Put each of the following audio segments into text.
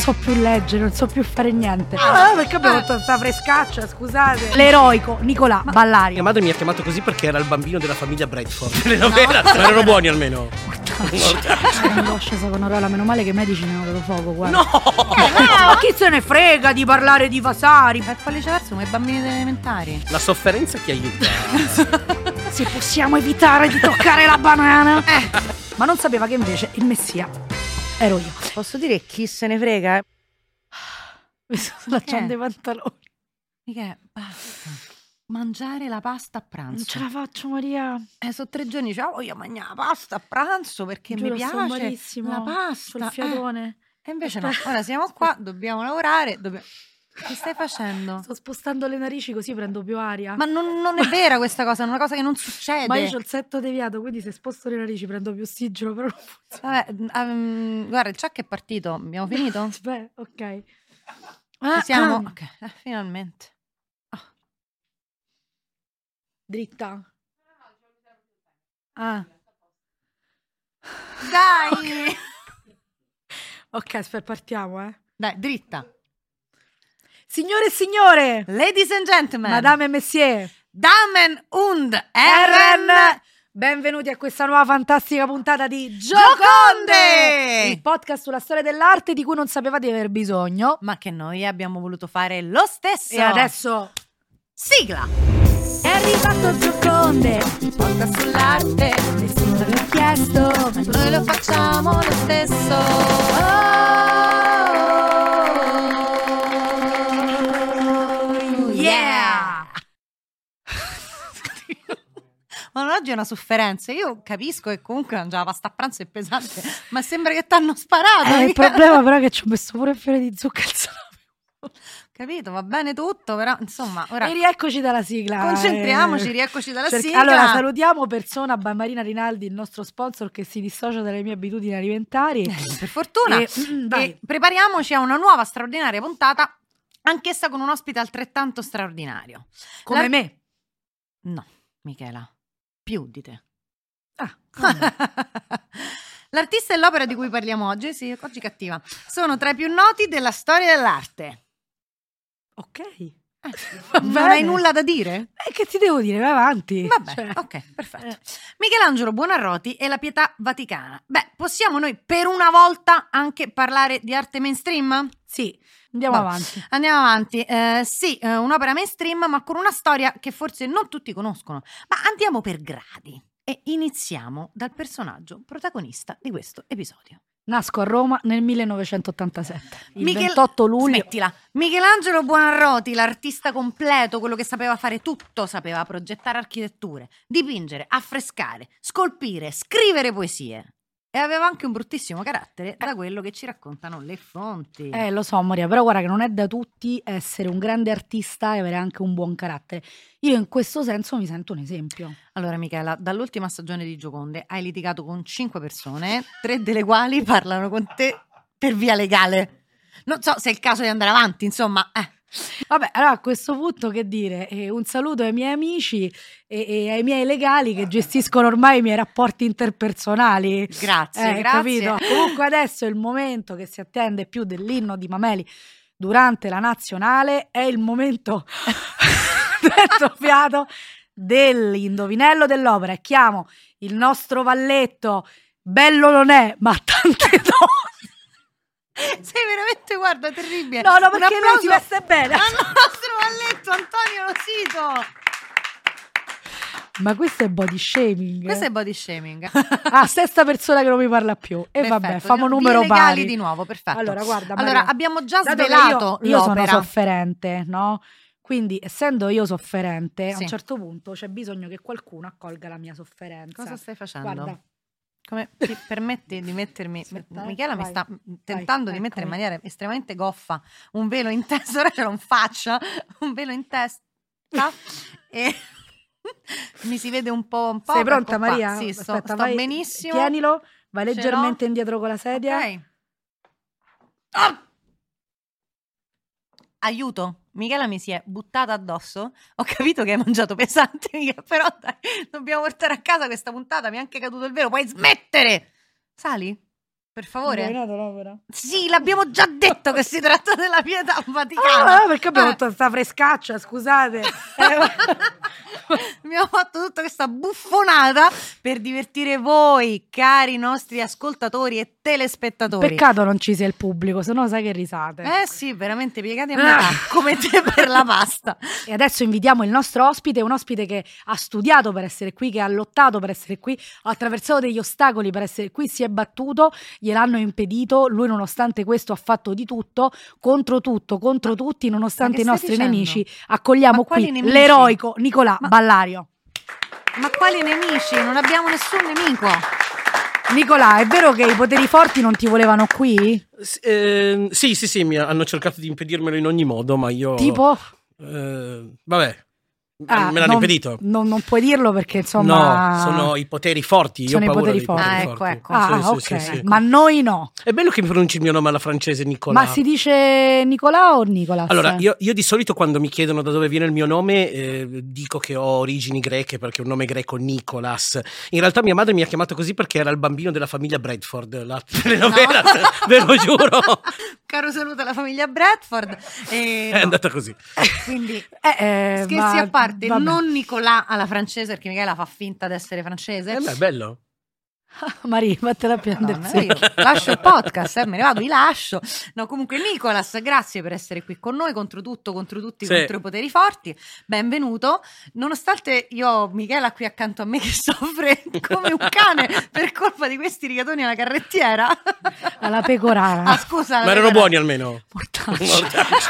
so più leggere, non so più fare niente. Perché abbiamo fatto questa frescaccia, scusate. L'eroico Nicolà Ballari. Mia madre mi ha chiamato così perché era il bambino della famiglia Bradford. Le novelle ma erano buoni almeno. Angoscia Savonarola, meno male che i medici ne hanno dato fuoco, guarda. No! Ma chi se ne frega di parlare di Vasari? Per pollice verso come i bambini delle elementari. La sofferenza ti aiuta. Se possiamo evitare di toccare la banana. Ma non sapeva che invece il messia ero io. Posso dire chi se ne frega? Mi sto slacciando i pantaloni. Mica, basta. Mangiare la pasta a pranzo. Non ce la faccio, Maria. Sono 3 giorni, voglio mangiare la pasta a pranzo perché Giuro, mi sto piace malissimo. la pasta. Sul fiatone. E invece no, ora siamo qua, dobbiamo lavorare. Che stai facendo? Sto spostando le narici così prendo più aria. Ma non è vera questa cosa, è una cosa che non succede. Ma io ho il setto deviato, quindi se sposto le narici prendo più ossigeno, però non funziona. Vabbè, guarda, il ciak è partito, abbiamo finito? Aspetta, ok. Ci siamo? Ok, finalmente. Dritta. Ah. Dai! Ok, aspetta, partiamo, Dai, dritta. Signore e signore, Ladies and gentlemen, Madame e Messieurs, Damen und Herren, Herren, benvenuti a questa nuova fantastica puntata di Gioconde! il podcast sulla storia dell'arte di cui non sapevate di aver bisogno. Ma che noi abbiamo voluto fare lo stesso. E adesso sigla! è arrivato Gioconde, Il podcast sull'arte, nessuno ve l'ha chiesto, ma noi lo facciamo lo stesso. Yeah! Ma oggi è una sofferenza. Io capisco che comunque mangiare la pasta a pranzo è pesante, ma sembra che t'hanno sparato. Il problema però è che ci ho messo pure il fiore di zucca al salame. Capito, va bene tutto, però insomma ora E rieccoci dalla sigla. concentriamoci, rieccoci dalla sigla. Allora, salutiamo Persona by Marina Rinaldi, il nostro sponsor che si dissocia dalle mie abitudini alimentari. Per fortuna. Vai. E prepariamoci a una nuova straordinaria puntata, anch'essa con un ospite altrettanto straordinario. Come me. No, Michela, più di te. Ah, L'artista e l'opera di cui parliamo oggi, sì, oggi cattiva, sono tra i più noti della storia dell'arte. ok. Non hai nulla da dire? E che ti devo dire? Vai avanti. Vabbè, Cioè, ok, perfetto. Michelangelo Buonarroti e la Pietà Vaticana. Beh, possiamo noi per una volta anche parlare di arte mainstream? Sì, andiamo Vabbè, avanti. Andiamo avanti. Sì, un'opera mainstream, ma con una storia che forse non tutti conoscono. Ma andiamo per gradi e iniziamo dal personaggio protagonista di questo episodio. Nasco a Roma nel 1987, il 28 luglio. Smettila. Michelangelo Buonarroti, l'artista completo, quello che sapeva fare tutto, sapeva progettare architetture, dipingere, affrescare, scolpire, scrivere poesie. E aveva anche un bruttissimo carattere, da quello che ci raccontano le fonti. Lo so, Maria, però guarda che non è da tutti essere un grande artista e avere anche un buon carattere. Io in questo senso mi sento un esempio. Allora, Michela, dall'ultima stagione di Gioconde hai litigato con 5 persone, 3 delle quali parlano con te per via legale. Non so se è il caso di andare avanti, insomma. Vabbè, allora a questo punto che dire? Un saluto ai miei amici e ai miei legali che gestiscono ormai i miei rapporti interpersonali. Grazie, grazie. Capito? Comunque adesso è il momento che si attende più dell'inno di Mameli durante la nazionale, è il momento detto fiato dell'indovinello dell'opera. Chiamo il nostro valletto, bello non è, ma tante donne. Sei veramente, guarda, terribile. No, perché un lei si applauso veste bene. al nostro valletto Antonio Losito. Ma questo è body shaming. Questo è body shaming. Sesta persona che non mi parla più. E Perfetto, vabbè, famo andiamo numero via legali pari. di nuovo, perfetto. Allora, guarda, Allora, Maria, abbiamo già dato che svelato io sono l'opera. sofferente, no? Quindi, essendo io sofferente, a Sì. un certo punto c'è bisogno che qualcuno accolga la mia sofferenza. Cosa stai facendo? Guarda, Come ti permetti di mettermi... Aspetta, Michela mi vai. sta tentando di mettere in maniera estremamente goffa un velo in testa, ora ce l'ho in faccia, un velo in testa e mi si vede un po'. sei pronta, ecco qua. Maria? Sì, Aspetta, sto vai, benissimo. Tienilo, vai Ce leggermente l'ho. indietro con la sedia. Ok. Ah! Aiuto, Michela mi si è buttata addosso. Ho capito che hai mangiato pesante, Michela, però dai, dobbiamo portare a casa questa puntata. Mi è anche caduto il velo. Puoi smettere? Sali? Per favore. Indovinato l'opera? Sì, l'abbiamo già detto che si tratta della Pietà Vaticana. Perché abbiamo fatto sta frescaccia, scusate. Abbiamo fatto tutta questa buffonata per divertire voi, cari nostri ascoltatori e telespettatori. Peccato non ci sia il pubblico, sennò sai che risate. Eh sì, veramente piegati a metà, come te per la pasta. E adesso invitiamo il nostro ospite, un ospite che ha studiato per essere qui, che ha lottato per essere qui, ha attraversato degli ostacoli per essere qui, si è battuto, gliel'hanno impedito, lui nonostante questo ha fatto di tutto, contro tutti, nonostante i nostri nemici. Accogliamo qui l'eroico Nicolà Ballario. Ma quali nemici? Non abbiamo nessun nemico. Nicolà, è vero che i poteri forti non ti volevano qui? Sì, mi hanno cercato di impedirmelo in ogni modo, ma io... Tipo? Vabbè, me l'hanno impedito. Non puoi dirlo perché insomma... No, sono i poteri forti. Sono io ho i poteri paura dei forti. poteri Ecco. forti. Ok. Sì. Ma noi no. È bello che mi pronunci il mio nome alla francese, Nicolà. Ma si dice Nicolà o Nicolas? Allora, io di solito quando mi chiedono da dove viene il mio nome dico che ho origini greche perché è un nome greco, Nicolas. In realtà mia madre mi ha chiamato così perché era il bambino della famiglia Bradford, la telenovela, ve lo giuro. Caro saluto alla famiglia Bradford. È andata così. Quindi, scherzi a parte, vabbè. non Nicolà alla francese, perché Michela fa finta di essere francese. Beh, è bello. Maria, vattela a prendere. Madonna, io lascio il podcast, me ne vado, vi lascio. No, comunque Nicolas, grazie per essere qui con noi, contro tutto, contro tutti, Sì. contro i poteri forti. Benvenuto. Nonostante io ho Michela qui accanto a me che soffre come un cane per colpa di questi rigatoni alla carrettiera. Alla pecorara. Ah, scusa. Ma erano buoni almeno. Mortacci.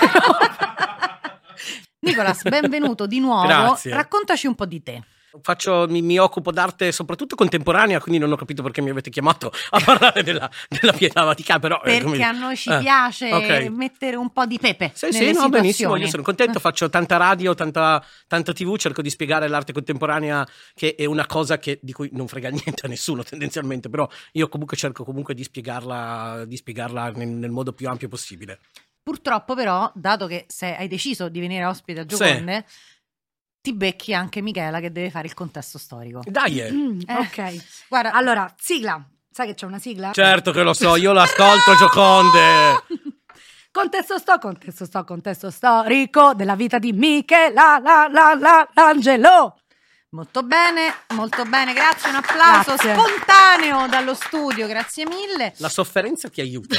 Nicolas, benvenuto di nuovo. Grazie. Raccontaci un po' di te. Mi occupo d'arte soprattutto contemporanea, quindi non ho capito perché mi avete chiamato a parlare della Pietà Vaticana, però Perché a noi ci piace ok. mettere un po' di pepe Sì, nelle no, benissimo, situazioni. io sono contento, faccio tanta radio, tanta TV, cerco di spiegare l'arte contemporanea, che è una cosa di cui non frega niente a nessuno tendenzialmente, però io comunque cerco di spiegarla nel modo più ampio possibile. Purtroppo però, dato che hai deciso di venire ospite a Gioconde, ti becchi anche Michela che deve fare il contesto storico. Dai! Ok. Guarda, Allora, sigla. Sai che c'è una sigla? Certo che lo so, io l'ascolto Gioconde! Contesto storico della vita di Michelangelo. molto bene, grazie, un applauso Grazie. spontaneo dallo studio, grazie mille. La sofferenza ti aiuta.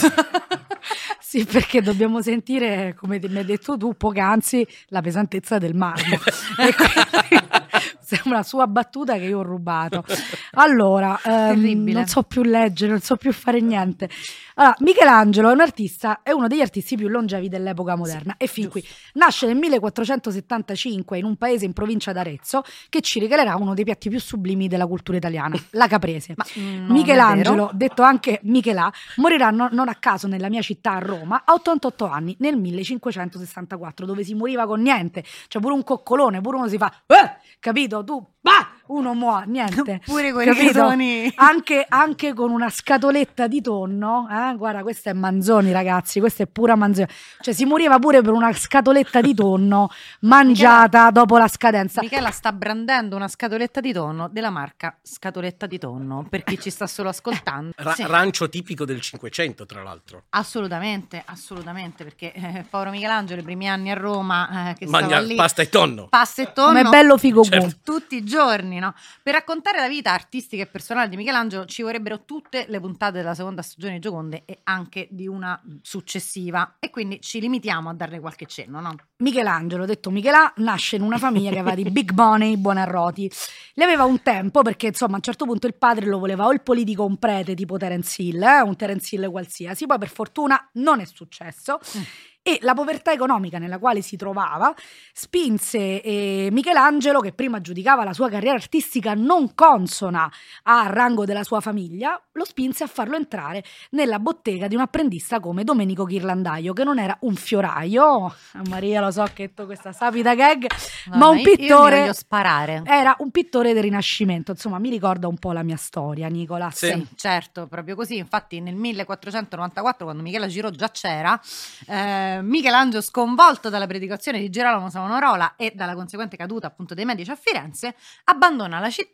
Sì, perché dobbiamo sentire, come mi hai detto tu poc'anzi, la pesantezza del marmo. E quindi sembra una sua battuta che io ho rubato. Allora, Terribile. non so più leggere, non so più fare niente. Allora, Michelangelo è un artista, è uno degli artisti più longevi dell'epoca moderna e fin qui nasce nel 1475 in un paese in provincia d'Arezzo che ci regalerà uno dei piatti più sublimi della cultura italiana, la caprese. Non Michelangelo, è vero. detto anche Michelà, morirà non a caso nella mia città a Roma a 88 anni nel 1564, dove si moriva con niente, cioè pure un coccolone, pure uno si fa capito, tu uno muore, niente. Pure con i Capito? rigatoni. Anche con una scatoletta di tonno, guarda, questa è Manzoni, ragazzi, questa è pura Manzoni. Cioè si moriva pure per una scatoletta di tonno mangiata dopo la scadenza. Michela sta brandendo una scatoletta di tonno della marca Scatoletta di Tonno, per chi ci sta solo ascoltando. Sì. Rancio tipico del 500, tra l'altro. Assolutamente, perché povero Michelangelo i primi anni a Roma che stava Mangia lì, pasta e tonno. pasta e tonno, Come bello figo Certo. tutti i giorni, no? Per raccontare la vita artistica e personale di Michelangelo ci vorrebbero tutte le puntate della seconda stagione di Gioconde e anche di una successiva, e quindi ci limitiamo a darne qualche cenno, no? Michelangelo, detto Michelà, nasce in una famiglia che aveva di big money, Buonarroti. Le aveva un tempo perché insomma a un certo punto il padre lo voleva o il politico o un prete tipo Terence Hill, un Terence Hill qualsiasi, poi per fortuna non è successo. E la povertà economica nella quale si trovava spinse Michelangelo, che prima giudicava la sua carriera artistica non consona al rango della sua famiglia, lo spinse a farlo entrare nella bottega di un apprendista come Domenico Ghirlandaio, che non era un fioraio, Maria lo so che è questa sapida gag, ma un Io mi pittore, voglio sparare. era un pittore del Rinascimento, insomma mi ricorda un po' la mia storia, Nicola. Sì. Certo, proprio così. Infatti nel 1494, quando Michela Giro già c'era, Michelangelo, sconvolto dalla predicazione di Girolamo Savonarola e dalla conseguente caduta appunto dei Medici a Firenze, abbandona la città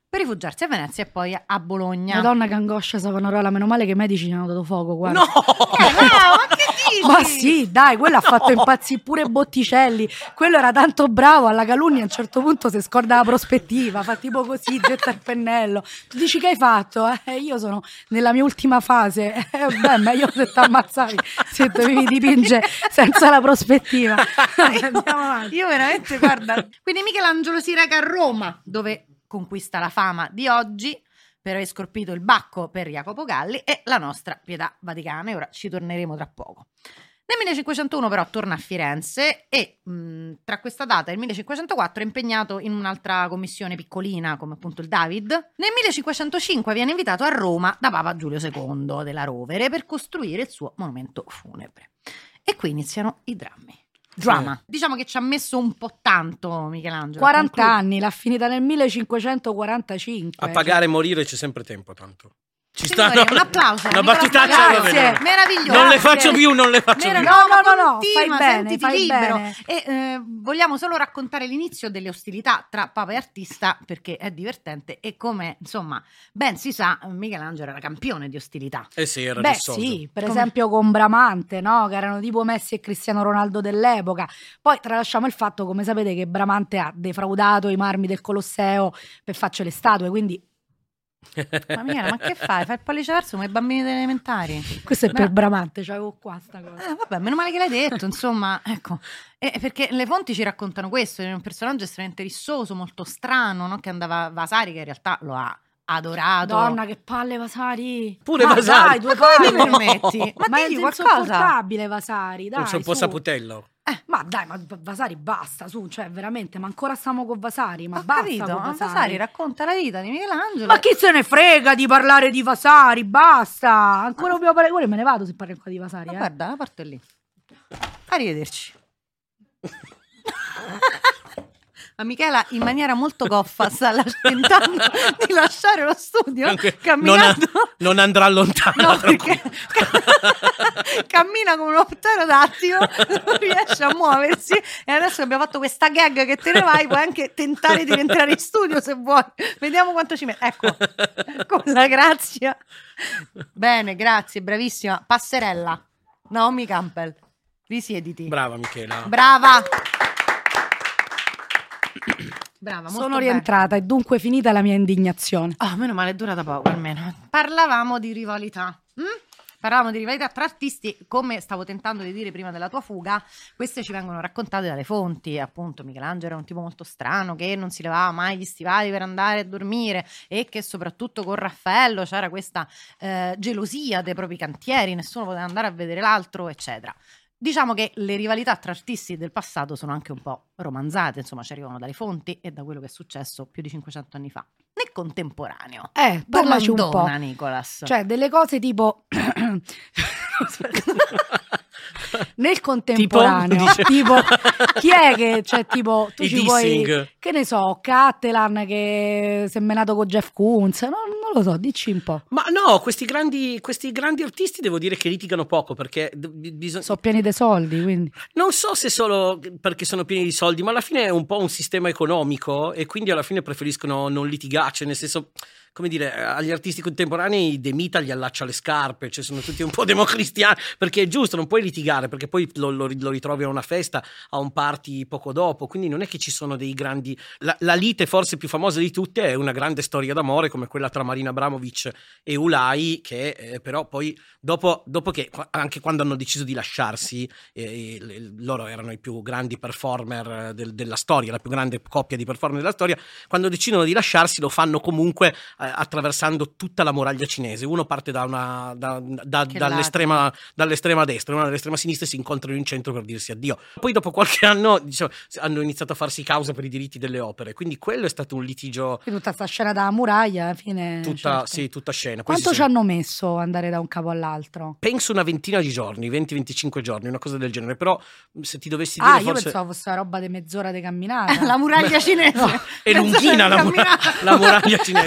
per rifugiarsi a Venezia e poi a Bologna. Madonna che angoscia Savonarola, meno male che i medici ci hanno dato fuoco, guarda. No! Ma che dici? Ma sì, dai, quello ha fatto impazzire pure Botticelli. Quello era tanto bravo, alla calunnia a un certo punto si scorda la prospettiva, fa tipo così, getta il pennello. Tu dici che hai fatto? Io sono nella mia ultima fase. Beh, meglio se ti ammazzavi, se dovevi dipingere senza la prospettiva. Andiamo avanti. Io veramente, guarda. Quindi Michelangelo si reca a Roma, dove conquista la fama di oggi per aver scolpito il Bacco per Jacopo Galli e la nostra Pietà Vaticana, e ora ci torneremo tra poco. Nel 1501 però torna a Firenze e tra questa data e il 1504 è impegnato in un'altra commissione piccolina come appunto il David. Nel 1505 viene invitato a Roma da Papa Giulio II della Rovere per costruire il suo monumento funebre. E qui iniziano i drammi. Drama. Diciamo che ci ha messo un po' tanto Michelangelo. 40 anni, l'ha finita nel 1545. A pagare e morire c'è sempre tempo, tanto. Ci Signori, sta, no? un applauso. Una Nicola battutaccia, Spadaro. va bene. Grazie. Meraviglioso. Non le Grazie. faccio più, non le faccio più. No, fai Continua, bene, sentiti fai libero. bene. E vogliamo solo raccontare l'inizio delle ostilità tra Papa e artista perché è divertente e come insomma ben si sa Michelangelo era campione di ostilità. Eh sì, era Beh rissoso. sì, per Come- esempio con Bramante, no? Che erano tipo Messi e Cristiano Ronaldo dell'epoca. Poi tralasciamo il fatto, come sapete, che Bramante ha defraudato i marmi del Colosseo per farci le statue, quindi Ma Michela, ma che fai? Fai il pollice verso come i bambini delle elementari? questo è Beh. per Bramante, c'avevo qua sta cosa. Vabbè, meno male che l'hai detto, insomma, ecco. Perché le fonti ci raccontano questo, è un personaggio estremamente rissoso, molto strano, no? Che andava Vasari, che in realtà lo ha adorato. Madonna, che palle Vasari. Pure Ma Vasari. dai, due Come ti palle. permetti? Ma Ma è digli qualcosa. insopportabile Vasari, dai. Non c'è un po' su. saputello. Ma dai, ma Vasari basta, su, cioè veramente, ma ancora stiamo con Vasari, ma Ho basta capito, con ma Vasari. Vasari racconta la vita di Michelangelo. Ma chi se ne frega di parlare di Vasari, basta. Ancora dobbiamo parlare, ora me ne vado se parlo ancora di Vasari, Ma guarda, la parte lì. Arrivederci. Ma Michela in maniera molto goffa sta tentando di lasciare lo studio Comunque, camminando. non andrà lontano. No, perché cammina come uno pterodattilo, non riesce a muoversi e adesso abbiamo fatto questa gag che te ne vai, puoi anche tentare di rientrare in studio se vuoi. Vediamo quanto ci mette. Ecco, con la grazia. Bene, grazie, bravissima. Passerella. Naomi Campbell. Risiediti. Brava Michela. Brava. Brava, molto Sono bene. rientrata e dunque finita la mia indignazione. Ah, meno male, è durata poco almeno. Parlavamo di rivalità. Parlavamo di rivalità tra artisti, come stavo tentando di dire prima della tua fuga, queste ci vengono raccontate dalle fonti, appunto Michelangelo era un tipo molto strano che non si levava mai gli stivali per andare a dormire e che soprattutto con Raffaello c'era questa gelosia dei propri cantieri, nessuno poteva andare a vedere l'altro, eccetera. Diciamo che le rivalità tra artisti del passato sono anche un po' romanzate, insomma ci arrivano dalle fonti e da quello che è successo più di 500 anni fa. Nel contemporaneo, Parlaci un po'. domandona, Nicolas. Cioè, delle cose tipo... Nel contemporaneo, Dice. tipo, chi è che, cioè, tipo, tu I ci puoi, dissing. che ne so, Cattelan che si è menato con Jeff Koons, non lo so, dici un po'. Ma no, questi grandi artisti devo dire che litigano poco perché Sono pieni di soldi, quindi... non so se solo perché sono pieni di soldi, ma alla fine è un po' un sistema economico e quindi alla fine preferiscono non litigarci, nel senso, come dire, agli artisti contemporanei De Mita gli allaccia le scarpe, cioè sono tutti un po' democristiani, perché è giusto, non puoi litigare, perché poi lo ritrovi a una festa, a un party poco dopo, quindi non è che ci sono dei grandi... La lite forse più famosa di tutte è una grande storia d'amore come quella tra Marina Abramovic e Ulai, che però poi dopo che, anche quando hanno deciso di lasciarsi, loro erano i più grandi performer della storia, la più grande coppia di performer della storia, quando decidono di lasciarsi lo fanno comunque attraversando tutta la muraglia cinese. Uno parte dall'estrema destra, uno dall'estrema sinistra, e si incontrano in centro per dirsi addio. Poi dopo qualche anno, diciamo, hanno iniziato a farsi causa per i diritti delle opere, quindi quello è stato un litigio. Tutta questa scena da muraglia, alla fine... Tutta, certo. sì, tutta scena. Quanto Questi ci hanno messo ad andare da un capo all'altro? penso una ventina di giorni, 20-25 giorni, una cosa del genere, però se ti dovessi dire Io forse... pensavo fosse una roba di mezz'ora di camminata. La muraglia cinese. È lunghina la Camminata. muraglia cinese. A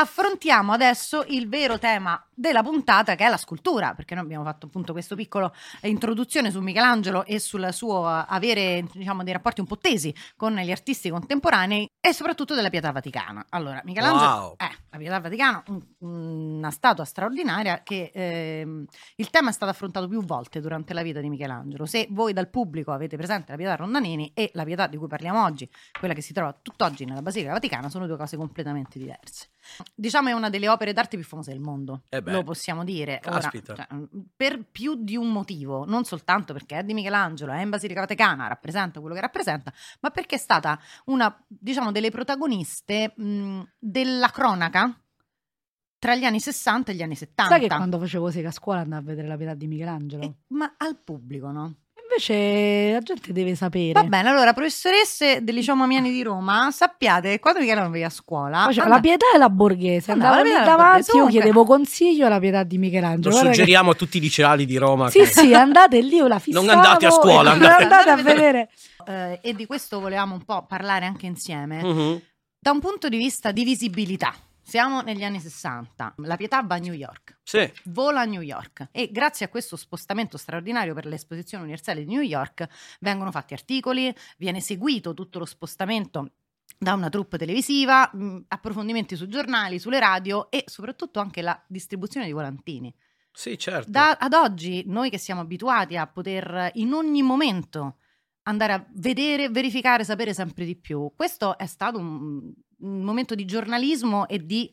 affrontiamo adesso il vero tema della puntata, che è la scultura, perché noi abbiamo fatto appunto questo piccolo introduzione su Michelangelo e sul suo avere, diciamo, dei rapporti un po' tesi con gli artisti contemporanei e soprattutto della Pietà Vaticana. Allora, Michelangelo la Pietà Vaticana, una statua straordinaria che il tema è stato affrontato più volte durante la vita di Michelangelo. Se voi dal pubblico avete presente la Pietà Rondanini e la Pietà di cui parliamo oggi, quella che si trova tutt'oggi nella Basilica Vaticana, sono due cose completamente diverse. Diciamo è una delle opere d'arte più famose del mondo, lo possiamo dire. Ora, per più di un motivo, non soltanto perché è di Michelangelo, è in Basilica Vaticana, rappresenta quello che rappresenta, ma perché è stata una, diciamo, delle protagoniste della cronaca tra gli anni 60 e gli anni 70. Sai che quando facevo musica a scuola andavo a vedere la Pietà di Michelangelo? Ma al pubblico, no? Invece la gente deve sapere. Va bene, allora, professoresse del liceo Mamiani di Roma, sappiate che quando Michelangelo veniva a scuola la Pietà e la Borghese, andava lì davanti, io chiedevo consiglio alla Pietà di Michelangelo. Lo suggeriamo a tutti i liceali di Roma. Sì, andate lì, io la fissavo. Non andate a scuola, andate a vedere. E di questo volevamo un po' parlare anche insieme. Da un punto di vista di visibilità. Siamo negli anni 60, la Pietà va a New York, vola a New York e grazie a questo spostamento straordinario per l'Esposizione Universale di New York vengono fatti articoli, viene seguito tutto lo spostamento da una troupe televisiva, approfondimenti su giornali, sulle radio e soprattutto anche la distribuzione di volantini. Sì, certo. Ad oggi noi che siamo abituati a poter in ogni momento andare a vedere, verificare, sapere sempre di più, questo è stato un momento di giornalismo e di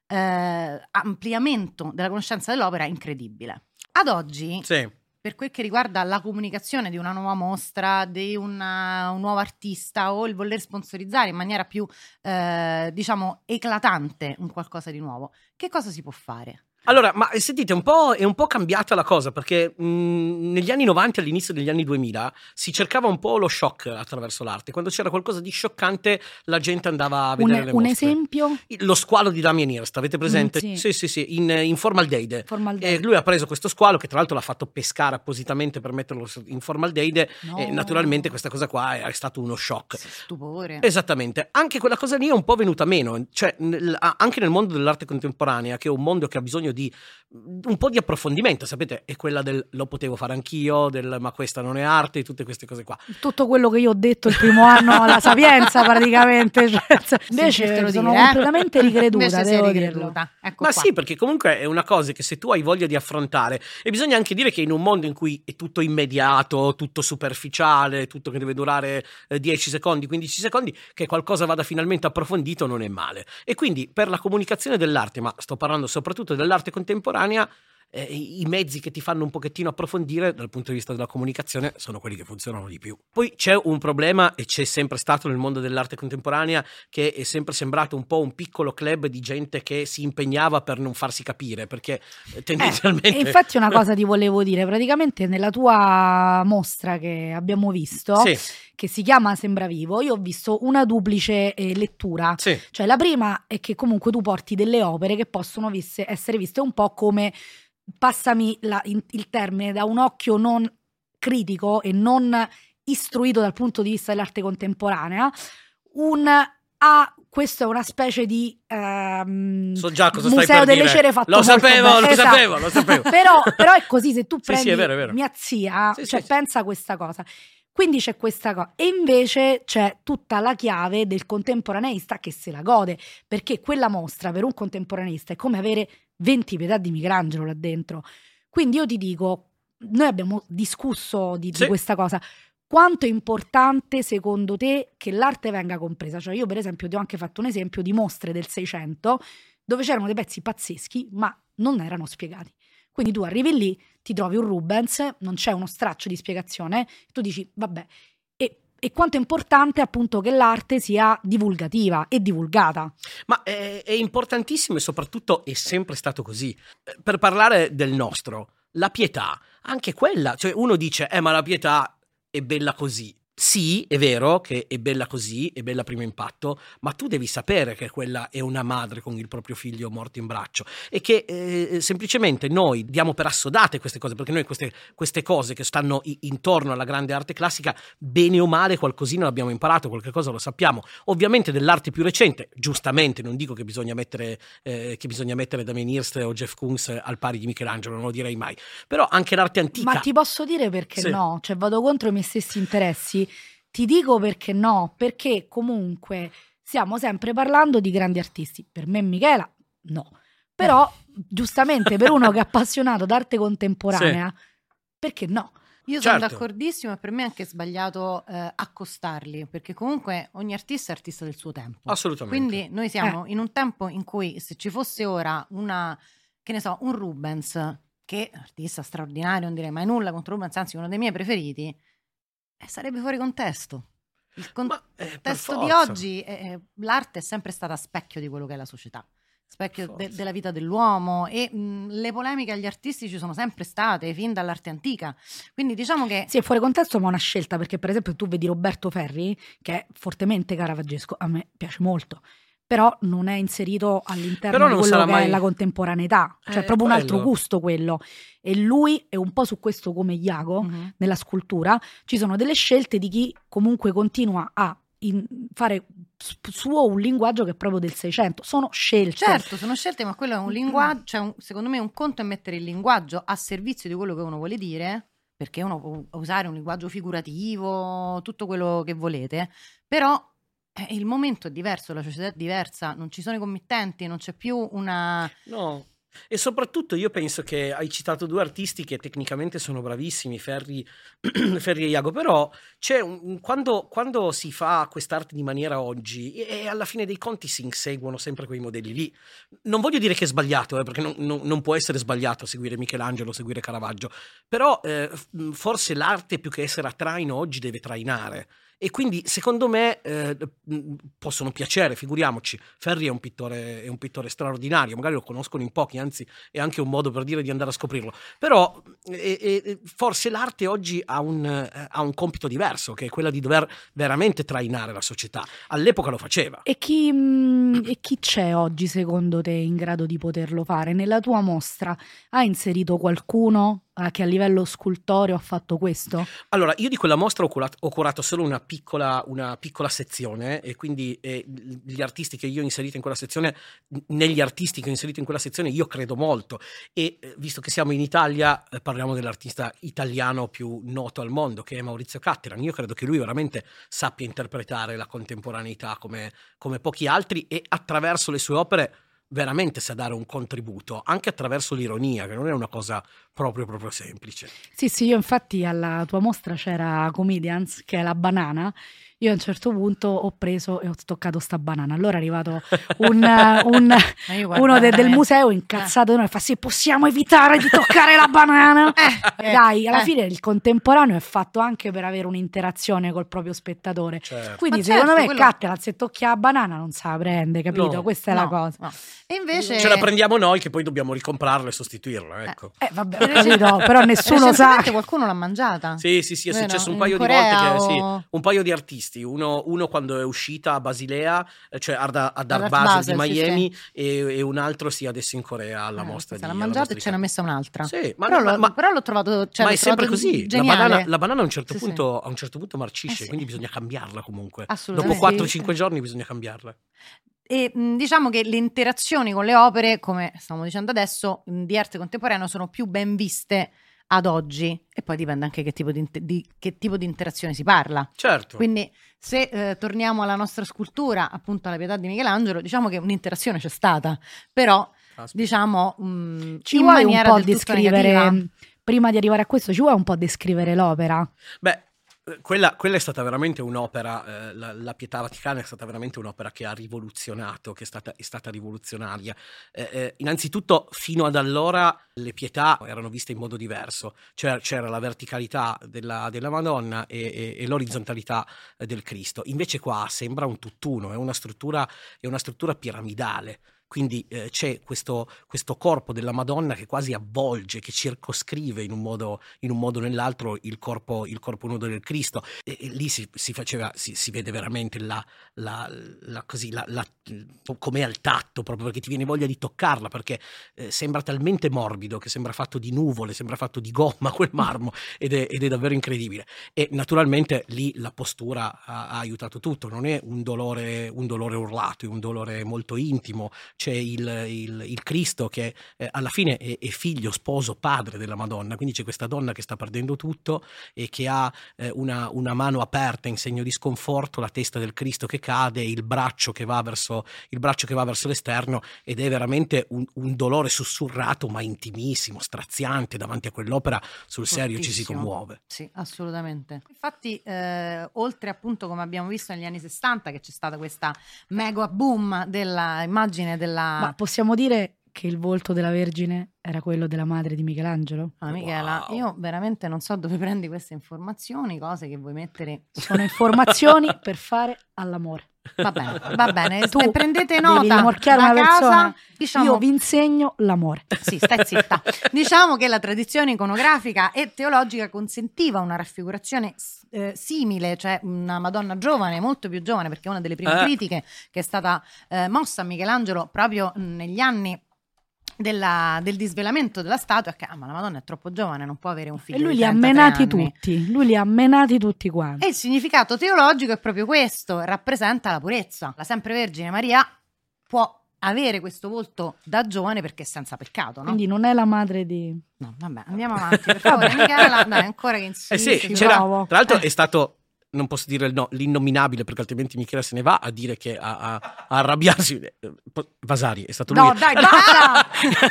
ampliamento della conoscenza dell'opera incredibile. Ad oggi, per quel che riguarda la comunicazione di una nuova mostra, di un nuovo artista o il voler sponsorizzare in maniera più, diciamo, eclatante un qualcosa di nuovo, che cosa si può fare? Allora, ma sentite, è un po' cambiata la cosa, perché negli anni 90 all'inizio degli anni 2000 si cercava un po' lo shock attraverso l'arte. Quando c'era qualcosa di scioccante la gente andava a vedere le mostre. Un esempio? Lo squalo di Damien Hirst, avete presente? Sì, in Formaldeide. Lui ha preso questo squalo, che tra l'altro l'ha fatto pescare appositamente per metterlo in Formaldeide, e naturalmente questa cosa qua è stato uno shock. Stupore. Esattamente. Anche quella cosa lì è un po' venuta meno, cioè anche nel mondo dell'arte contemporanea, che è un mondo che ha bisogno di un po' di approfondimento, sapete, è quella del lo potevo fare anch'io, del ma questa non è arte, tutte queste cose qua. Tutto quello che io ho detto il primo anno alla Sapienza praticamente, invece sono completamente ricreduta, devo dirlo. Ecco ma qua. sì, perché comunque è una cosa che se tu hai voglia di affrontare, e bisogna anche dire che in un mondo in cui è tutto immediato, tutto superficiale, tutto che deve durare 10 secondi, 15 secondi, che qualcosa vada finalmente approfondito non è male. E quindi per la comunicazione dell'arte, ma sto parlando soprattutto dell'arte contemporanea, i mezzi che ti fanno un pochettino approfondire dal punto di vista della comunicazione sono quelli che funzionano di più. Poi c'è un problema, e c'è sempre stato nel mondo dell'arte contemporanea, che è sempre sembrato un po' un piccolo club di gente che si impegnava per non farsi capire, perché tendenzialmente... infatti una cosa ti volevo dire, praticamente nella tua mostra che abbiamo visto, che si chiama Sembra Vivo, io ho visto una duplice lettura, cioè la prima è che comunque tu porti delle opere che possono essere viste un po' come, passami il termine, da un occhio non critico e non istruito dal punto di vista dell'arte contemporanea, questo è una specie di so già cosa museo stai per delle dire. cere fatto lo sapevo. però è così, se tu prendi è vero. mia zia, pensa a questa cosa. Quindi c'è questa cosa, e invece c'è tutta la chiave del contemporaneista che se la gode, perché quella mostra per un contemporaneista è come avere 20 Pietà di Michelangelo là dentro. Quindi io ti dico, noi abbiamo discusso di questa cosa. Quanto è importante secondo te che l'arte venga compresa? Cioè io per esempio ti ho anche fatto un esempio di mostre del 600 dove c'erano dei pezzi pazzeschi ma non erano spiegati. Quindi tu arrivi lì, ti trovi un Rubens, non c'è uno straccio di spiegazione, tu dici vabbè, e quanto è importante appunto che l'arte sia divulgativa e divulgata. Ma è importantissimo, e soprattutto è sempre stato così. Per parlare del nostro, la pietà, anche quella, cioè uno dice ma la pietà è bella così. sì, è vero che è bella così, è bella a primo impatto, ma tu devi sapere che quella è una madre con il proprio figlio morto in braccio e che semplicemente noi diamo per assodate queste cose, perché noi queste cose che stanno intorno alla grande arte classica, bene o male qualcosina l'abbiamo imparato, qualche cosa lo sappiamo. Ovviamente dell'arte più recente, giustamente, non dico che bisogna mettere Damien Hirst o Jeff Koons al pari di Michelangelo, non lo direi mai, però anche l'arte antica. Ma ti posso dire perché Sì. no? Cioè vado contro i miei stessi interessi. Ti dico perché no, perché comunque stiamo sempre parlando di grandi artisti. Per me Michela no, però giustamente per uno che è appassionato d'arte contemporanea, perché no? Io sono Certo. d'accordissimo e per me è anche sbagliato accostarli, perché comunque ogni artista è artista del suo tempo. Assolutamente. Quindi noi siamo in un tempo in cui se ci fosse ora un Rubens, che è artista straordinario, non direi mai nulla contro Rubens, anzi uno dei miei preferiti, sarebbe fuori contesto. Il contesto di oggi, l'arte è sempre stata specchio di quello che è la società, specchio della vita dell'uomo, e le polemiche agli artisti ci sono sempre state fin dall'arte antica, quindi diciamo che sì, è fuori contesto, ma è una scelta, perché per esempio tu vedi Roberto Ferri, che è fortemente caravaggesco, a me piace molto, però non è inserito all'interno di quello che è la contemporaneità, cioè è proprio un altro gusto quello, e lui è un po' su questo come Iago nella scultura. Ci sono delle scelte di chi comunque continua a fare suo un linguaggio che è proprio del 600, sono scelte. Certo, sono scelte, ma quello è un linguaggio, cioè secondo me un conto è mettere il linguaggio a servizio di quello che uno vuole dire, perché uno può usare un linguaggio figurativo, tutto quello che volete, però il momento è diverso, la società è diversa, non ci sono i committenti, non c'è più una... No, e soprattutto io penso che hai citato due artisti che tecnicamente sono bravissimi, Ferri e Iago, però c'è quando si fa quest'arte di maniera oggi, e alla fine dei conti si inseguono sempre quei modelli lì. Non voglio dire che è sbagliato, perché non può essere sbagliato seguire Michelangelo, seguire Caravaggio, però forse l'arte più che essere a traino oggi deve trainare. E quindi secondo me possono piacere, figuriamoci, Ferri è un pittore straordinario, magari lo conoscono in pochi, anzi è anche un modo per dire di andare a scoprirlo, però forse l'arte oggi ha un compito diverso, che è quella di dover veramente trainare la società. All'epoca lo faceva. E chi c'è oggi secondo te in grado di poterlo fare? Nella tua mostra hai inserito qualcuno che a livello scultoreo ha fatto questo? Allora, io di quella mostra ho curato solo una piccola sezione, e quindi gli artisti che io ho inserito in quella sezione, negli artisti che ho inserito in quella sezione io credo molto, e visto che siamo in Italia parliamo dell'artista italiano più noto al mondo, che è Maurizio Cattelan. Io credo che lui veramente sappia interpretare la contemporaneità come pochi altri, e attraverso le sue opere veramente sa dare un contributo, anche attraverso l'ironia, che non è una cosa proprio semplice. Sì, io infatti alla tua mostra c'era Comedians, che è la banana. Io a un certo punto ho preso e ho toccato sta banana. Allora è arrivato uno del museo incazzato di noi e fa: sì, possiamo evitare di toccare la banana? Dai, alla fine il contemporaneo è fatto anche per avere un'interazione col proprio spettatore. Certo. Quindi secondo me Cattelan, se tocchi la banana non se la prende, capito? No, Questa è la cosa. No. E invece ce la prendiamo noi, che poi dobbiamo ricomprarla e sostituirla, ecco. Vabbè, ho capito, però nessuno sa. Qualcuno l'ha mangiata. Sì, è successo un paio di volte un paio di artisti, uno quando è uscita a Basilea, cioè ad Art Basel di Miami, sì. E un altro adesso in Corea alla mostra. Se l'ha mangiata e ce n'ha messa un'altra. Sì, però l'ho trovato, ma è sempre così. Geniale. La banana a un certo punto marcisce, quindi bisogna cambiarla comunque. Dopo Assolutamente. 4-5 giorni bisogna cambiarla. E diciamo che le interazioni con le opere, come stiamo dicendo adesso, di arte contemporanea sono più ben viste ad oggi, e poi dipende anche che tipo di interazione si parla. Certo. Quindi se torniamo alla nostra scultura, appunto alla Pietà di Michelangelo, diciamo che un'interazione c'è stata, però diciamo ci vuoi un po' descrivere, prima di arrivare a questo, ci vuoi un po' descrivere l'opera? Beh, quella è stata veramente un'opera, la Pietà Vaticana è stata veramente un'opera che ha rivoluzionato, che è stata rivoluzionaria. Innanzitutto, fino ad allora le pietà erano viste in modo diverso, c'era la verticalità della Madonna e l'orizzontalità del Cristo. Invece qua sembra un tutt'uno, è una struttura piramidale. quindi c'è questo corpo della Madonna che quasi avvolge, che circoscrive in un modo o nell'altro il corpo nudo del Cristo, e lì si vede veramente come al tatto, proprio perché ti viene voglia di toccarla, perché sembra talmente morbido che sembra fatto di nuvole, sembra fatto di gomma quel marmo, ed è davvero incredibile. E naturalmente lì la postura ha aiutato tutto, non è un dolore urlato, è un dolore molto intimo. C'è il Cristo che alla fine è figlio, sposo, padre della Madonna, quindi c'è questa donna che sta perdendo tutto e che ha una mano aperta in segno di sconforto, la testa del Cristo che cade, il braccio che va verso l'esterno, ed è veramente un dolore sussurrato ma intimissimo, straziante. Davanti a quell'opera sul serio ci si commuove. Sì, assolutamente. Infatti oltre appunto, come abbiamo visto negli anni 60, che c'è stata questa mega boom della immagine della... Ma possiamo dire che il volto della Vergine era quello della madre di Michelangelo? Michela, Wow. io veramente non so dove prendi queste informazioni, cose che vuoi mettere. Sono informazioni per fare all'amore. Va bene. Tu prendete devi nota rimorchiare da una casa, persona. diciamo... Io vi insegno l'amore. Sì, stai zitta. Diciamo che la tradizione iconografica e teologica consentiva una raffigurazione simile, cioè una Madonna giovane, molto più giovane, perché una delle prime critiche che è stata mossa a Michelangelo proprio negli anni del disvelamento della statua è che ma la Madonna è troppo giovane, non può avere un figlio. E lui di li ha 33 menati anni. tutti. Lui li ha menati tutti quanti. E il significato teologico è proprio questo, rappresenta la purezza. La sempre Vergine Maria può avere questo volto da giovane perché è senza peccato, no? Quindi non è la madre di... No, vabbè, andiamo avanti, per favore, Michela, dai, ancora che insiste. Sì, c'era, Bravo. tra l'altro è stato, non posso dire l'innominabile perché altrimenti Michela se ne va a dire che a arrabbiarsi. Vasari è stato lui. No, dai, basta!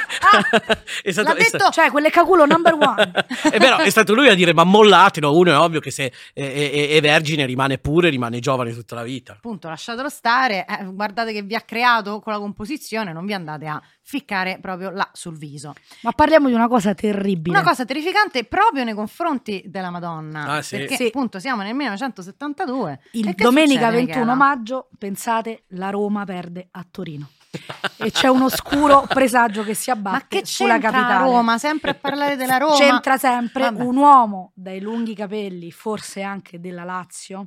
È stato, L'ha detto... Cioè, quelle caculo number one. è vero, è stato lui a dire ma mollatelo. Uno è ovvio che se è vergine rimane giovane tutta la vita. Appunto, lasciatelo stare, guardate che vi ha creato con la composizione, non vi andate a ficcare proprio là sul viso. Ma parliamo di una cosa terribile. Una cosa terrificante proprio nei confronti della Madonna, Ah, sì. perché Sì. appunto siamo nel 1972. Il E che domenica succede, 21 Michela? maggio, pensate, la Roma perde a Torino. E c'è un oscuro presagio che si Ma abbatte che sulla c'entra capitale. Roma? Sempre a parlare della Roma. C'entra sempre Vabbè. un uomo dai lunghi capelli, forse anche della Lazio.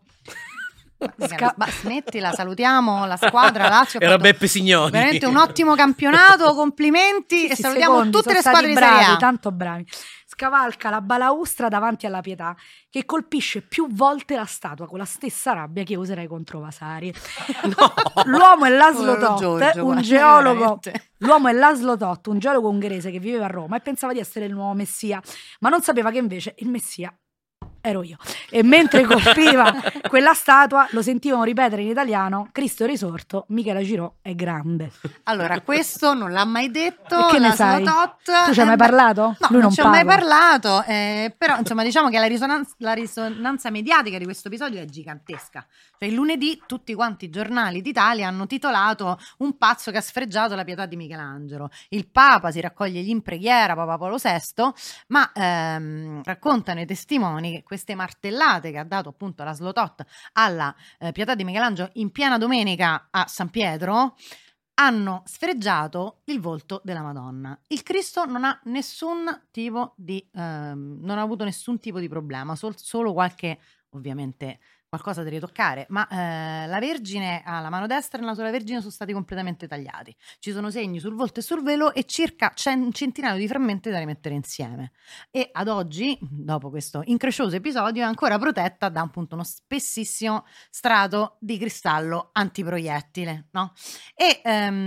Ma smettila, salutiamo la squadra Lazio. ha Era fatto Beppe Signori. veramente un ottimo campionato, complimenti, e Sì, salutiamo secondi, tutte le sono squadre di stati Serie bravi, A. tanto bravi. Scavalca la balaustra davanti alla Pietà, che colpisce più volte la statua con la stessa rabbia che userei contro Vasari. L'uomo è Laszlo Povero Toth, Giorgio, un guarda, geologo. veramente. L'uomo è Laszlo Toth, un geologo ungherese che viveva a Roma e pensava di essere il nuovo Messia, ma non sapeva che invece il Messia ero io. E mentre colpiva quella statua lo sentivano ripetere in italiano: Cristo è risorto, Michelangelo è grande. Allora, questo non l'ha mai detto. E che ne Laszlo sai? Toth. Tu ci hai mai parlato? No, Lui non non ci ho mai parla. parlato, però insomma diciamo che la risonanza mediatica di questo episodio è gigantesca. Cioè il lunedì tutti quanti i giornali d'Italia hanno titolato "Un pazzo che ha sfregiato la pietà di Michelangelo". Il Papa si raccoglie in preghiera, Papa Paolo VI, ma raccontano i testimoni che queste martellate che ha dato appunto Laszlo Toth alla pietà di Michelangelo in piena domenica a San Pietro hanno sfregiato il volto della Madonna. Il Cristo non ha nessun tipo di non ha avuto nessun tipo di problema, solo qualche, ovviamente, qualcosa da ritoccare, ma la Vergine, la mano destra e la sola Vergine sono stati completamente tagliati. Ci sono segni sul volto e sul velo e circa un centinaio di frammenti da rimettere insieme. E ad oggi, dopo questo increscioso episodio, è ancora protetta da appunto uno spessissimo strato di cristallo antiproiettile, no? E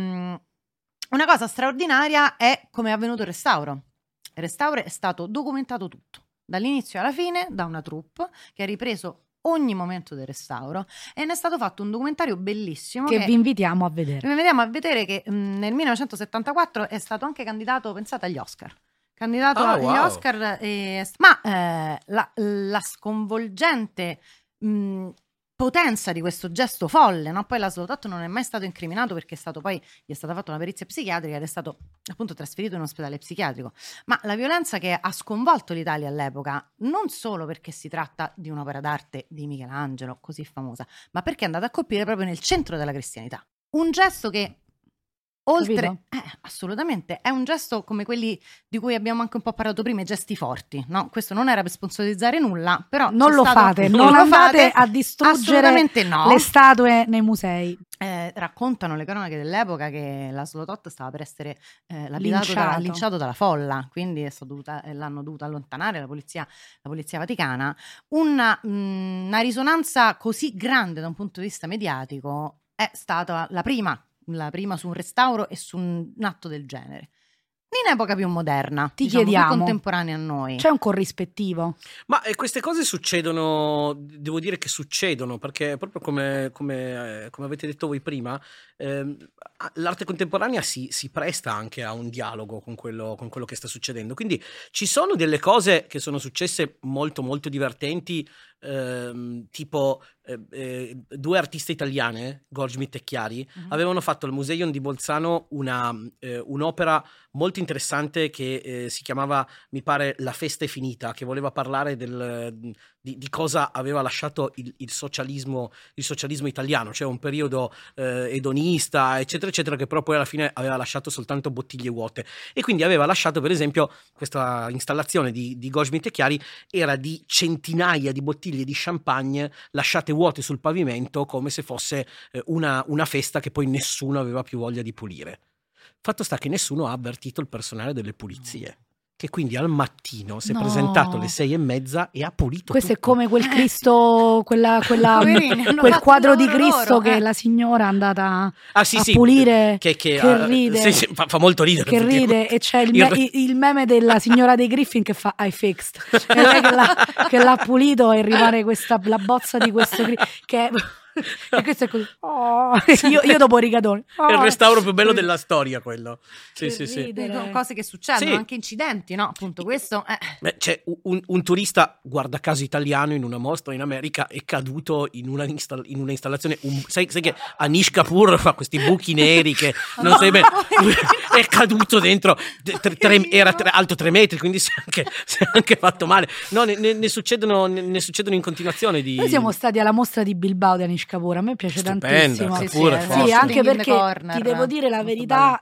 una cosa straordinaria è come è avvenuto il restauro. Il restauro è stato documentato tutto, dall'inizio alla fine, da una troupe che ha ripreso ogni momento del restauro e ne è stato fatto un documentario bellissimo Che vi invitiamo a vedere. vi vediamo a vedere che nel 1974 è stato anche candidato, pensate, agli Oscar. Candidato agli wow. Oscar, ma la sconvolgente potenza di questo gesto folle, no? Poi Laszlo Toth non è mai stato incriminato perché gli è stata fatta una perizia psichiatrica ed è stato appunto trasferito in un ospedale psichiatrico, ma la violenza che ha sconvolto l'Italia all'epoca, non solo perché si tratta di un'opera d'arte di Michelangelo così famosa, ma perché è andata a colpire proprio nel centro della cristianità. Un gesto che Oltre, assolutamente, è un gesto come quelli di cui abbiamo anche un po' parlato prima, i gesti forti, no? Questo non era per sponsorizzare nulla, però non lo fate, non andate a distruggere le statue nei musei. Raccontano le cronache dell'epoca che Laszlo Toth stava per essere linciato dalla folla, quindi l'hanno dovuto allontanare la polizia vaticana. Una risonanza così grande da un punto di vista mediatico è stata la prima su un restauro e su un atto del genere. In epoca più moderna, chiediamo, contemporanea a noi, c'è un corrispettivo? Ma queste cose succedono, devo dire che succedono, perché proprio come avete detto voi prima, l'arte contemporanea si presta anche a un dialogo con quello che sta succedendo. Quindi ci sono delle cose che sono successe molto molto divertenti, tipo due artiste italiane, Goldschmidt e Chiari, avevano fatto al Museion di Bolzano un'opera molto interessante che si chiamava, mi pare, La festa è finita, che voleva parlare di cosa aveva lasciato il socialismo italiano, cioè un periodo edonista, eccetera, eccetera, che però poi alla fine aveva lasciato soltanto bottiglie vuote. E quindi aveva lasciato, per esempio, questa installazione di Goldschmidt e Chiari era di centinaia di bottiglie di champagne lasciate vuote sul pavimento, come se fosse una festa che poi nessuno aveva più voglia di pulire. Fatto sta che nessuno ha avvertito il personale delle pulizie, che quindi al mattino si è presentato alle 6:30 e ha pulito Questo tutto. è come quel Cristo, quel quadro di Cristo che la signora è andata a pulire, che ride, fa molto ridere, che ride, e c'è il meme della signora dei Griffin che fa I fixed, e lei che l'ha pulito, e rimane la bozza di questo che e questo è così. Io dopo Rigatoni. È il restauro più bello della storia, quello. Sì. Cose che succedono, anche incidenti, no? Appunto, questo è... C'è un turista, guarda caso italiano, in una mostra in America, è caduto in una installazione. Sai che Anish Kapoor fa questi buchi neri che non sai bene. È caduto dentro, era alto 3 metri, quindi si è anche fatto male. No, ne succedono in continuazione. Noi siamo stati alla mostra di Bilbao di Anish Kapoor, a me piace tantissimo. Sì, anche perché ti devo dire la verità,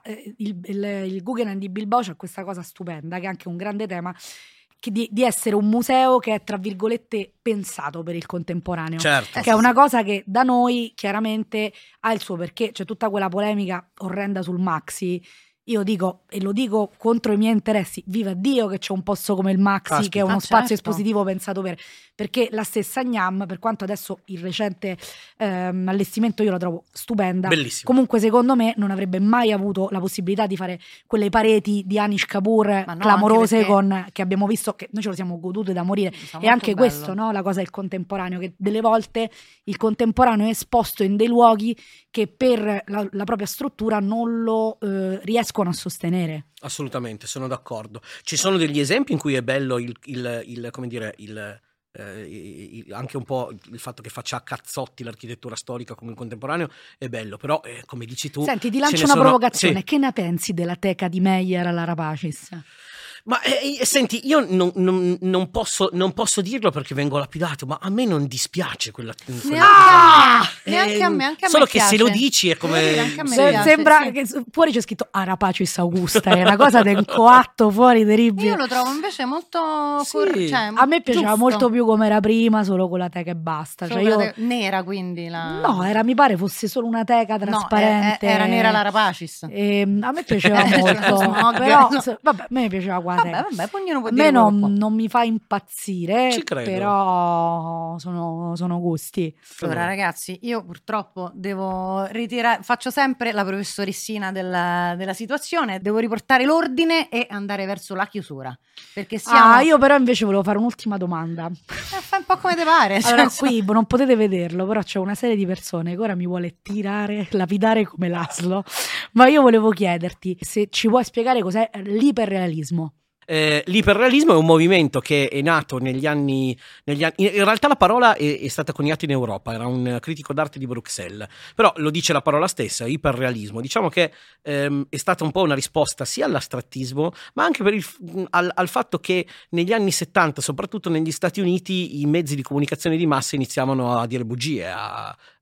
il Guggenheim di Bilbao c'ha questa cosa stupenda, che è anche un grande tema, che di essere un museo che è, tra virgolette, pensato per il contemporaneo, certo. Che è una cosa che da noi chiaramente ha il suo perché. C'è tutta quella polemica orrenda sul Maxi. Io dico, e lo dico contro i miei interessi, viva Dio che c'è un posto come il Maxi, che è uno spazio espositivo pensato perché la stessa Gnam, per quanto adesso il recente allestimento io lo trovo stupenda, bellissimo. Comunque secondo me non avrebbe mai avuto la possibilità di fare quelle pareti di Anish Kapoor clamorose che abbiamo visto, che noi ce lo siamo godute da morire. E anche bello. Questo, no? La cosa del contemporaneo, che delle volte il contemporaneo è esposto in dei luoghi che per la propria struttura non lo riescono a sostenere. Assolutamente, sono d'accordo. Ci sono degli esempi in cui è bello anche un po' il fatto che faccia a cazzotti l'architettura storica come il contemporaneo è bello, però come dici tu... Senti, ti lancio una provocazione. Sì. Che ne pensi della teca di Meyer alla Rapacis? Ma senti, io non posso dirlo perché vengo lapidato, ma a me non dispiace quella neanche a me, anche a me solo piace. Che se lo dici è come sembra che fuori c'è scritto Arapacis Augusta, è una cosa del coatto fuori terribile. Io lo trovo invece molto a me piaceva molto più come era prima, solo con la teca e basta, nera, quindi no, mi pare fosse solo una teca trasparente. Era nera la Rapacis. A me piaceva molto, però vabbè, a me piaceva quasi. Vabbè, poi ognuno può dire non mi fa impazzire, ci credo. Però sono gusti. Allora ragazzi, io purtroppo devo ritirare, faccio sempre la professoressina della situazione, devo riportare l'ordine e andare verso la chiusura, perché io però invece volevo fare un'ultima domanda. Fai un po' come te pare. Allora qui non potete vederlo, però c'è una serie di persone che ora mi vuole lapidare come Laszlo, ma io volevo chiederti se ci puoi spiegare cos'è l'iperrealismo. L'iperrealismo è un movimento che è nato negli anni in realtà la parola è stata coniata in Europa, era un critico d'arte di Bruxelles, però lo dice la parola stessa, iperrealismo. Diciamo che è stata un po' una risposta sia all'astrattismo, ma anche al fatto che negli anni 70, soprattutto negli Stati Uniti, i mezzi di comunicazione di massa iniziavano a dire bugie,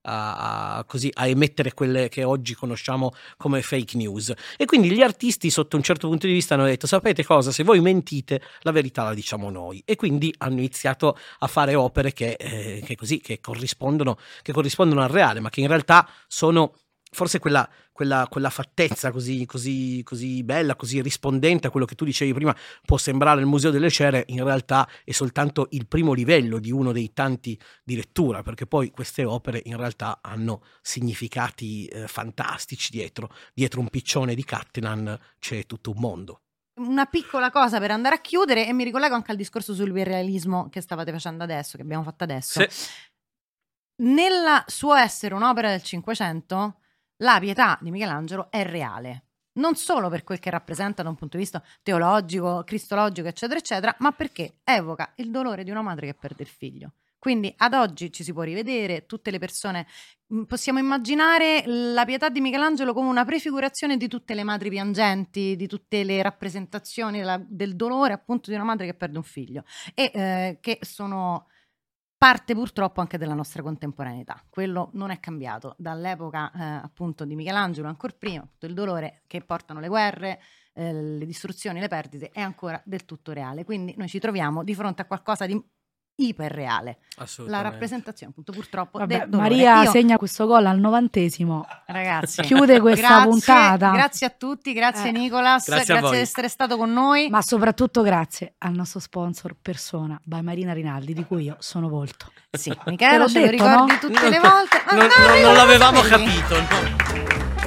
così, a emettere quelle che oggi conosciamo come fake news. E quindi gli artisti sotto un certo punto di vista hanno detto: sapete cosa, se voi mentite la verità la diciamo noi. E quindi hanno iniziato a fare opere che corrispondono al reale, ma che in realtà sono forse quella fattezza così bella, così rispondente a quello che tu dicevi prima. Può sembrare il Museo delle Cere, in realtà è soltanto il primo livello di uno dei tanti di lettura, perché poi queste opere in realtà hanno significati fantastici dietro un piccione di Cattelan c'è tutto un mondo. Una piccola cosa per andare a chiudere, e mi ricollego anche al discorso sull'iperrealismo che stavate facendo adesso, che abbiamo fatto adesso. Sì. Nel suo essere un'opera del Cinquecento, la Pietà di Michelangelo è reale, non solo per quel che rappresenta da un punto di vista teologico, cristologico, eccetera, eccetera, ma perché evoca il dolore di una madre che perde il figlio. Quindi ad oggi ci si può rivedere, tutte le persone, possiamo immaginare la Pietà di Michelangelo come una prefigurazione di tutte le madri piangenti, di tutte le rappresentazioni del dolore appunto di una madre che perde un figlio, e che sono parte purtroppo anche della nostra contemporaneità. Quello non è cambiato dall'epoca appunto di Michelangelo, ancora prima. Il dolore che portano le guerre, le distruzioni, le perdite è ancora del tutto reale. Quindi noi ci troviamo di fronte a qualcosa di iperreale. La rappresentazione appunto purtroppo del dolore. Maria segna questo gol al 90°. Ragazzi, chiude questa puntata. Grazie a tutti, grazie Nicolas, grazie di essere stato con noi, ma soprattutto grazie al nostro sponsor Persona by Marina Rinaldi, di cui io sono volto. Sì, Michela, ce lo ricordi, no? Tutte le volte. Non l'avevamo capito, no?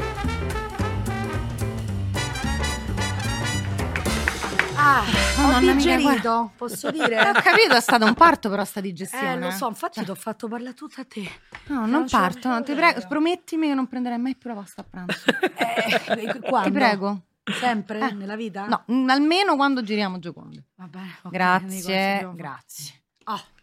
Ho digerito, posso dire? Ho capito, è stato un parto però sta digestione. Lo so, infatti ti ho fatto parlare tutta a te. No, non parto, no, ti prego, promettimi che non prenderai mai più la pasta a pranzo. Quando? Ti prego. Sempre nella vita? No, almeno quando giriamo Gioconda. Va bene. Grazie, grazie. Oh.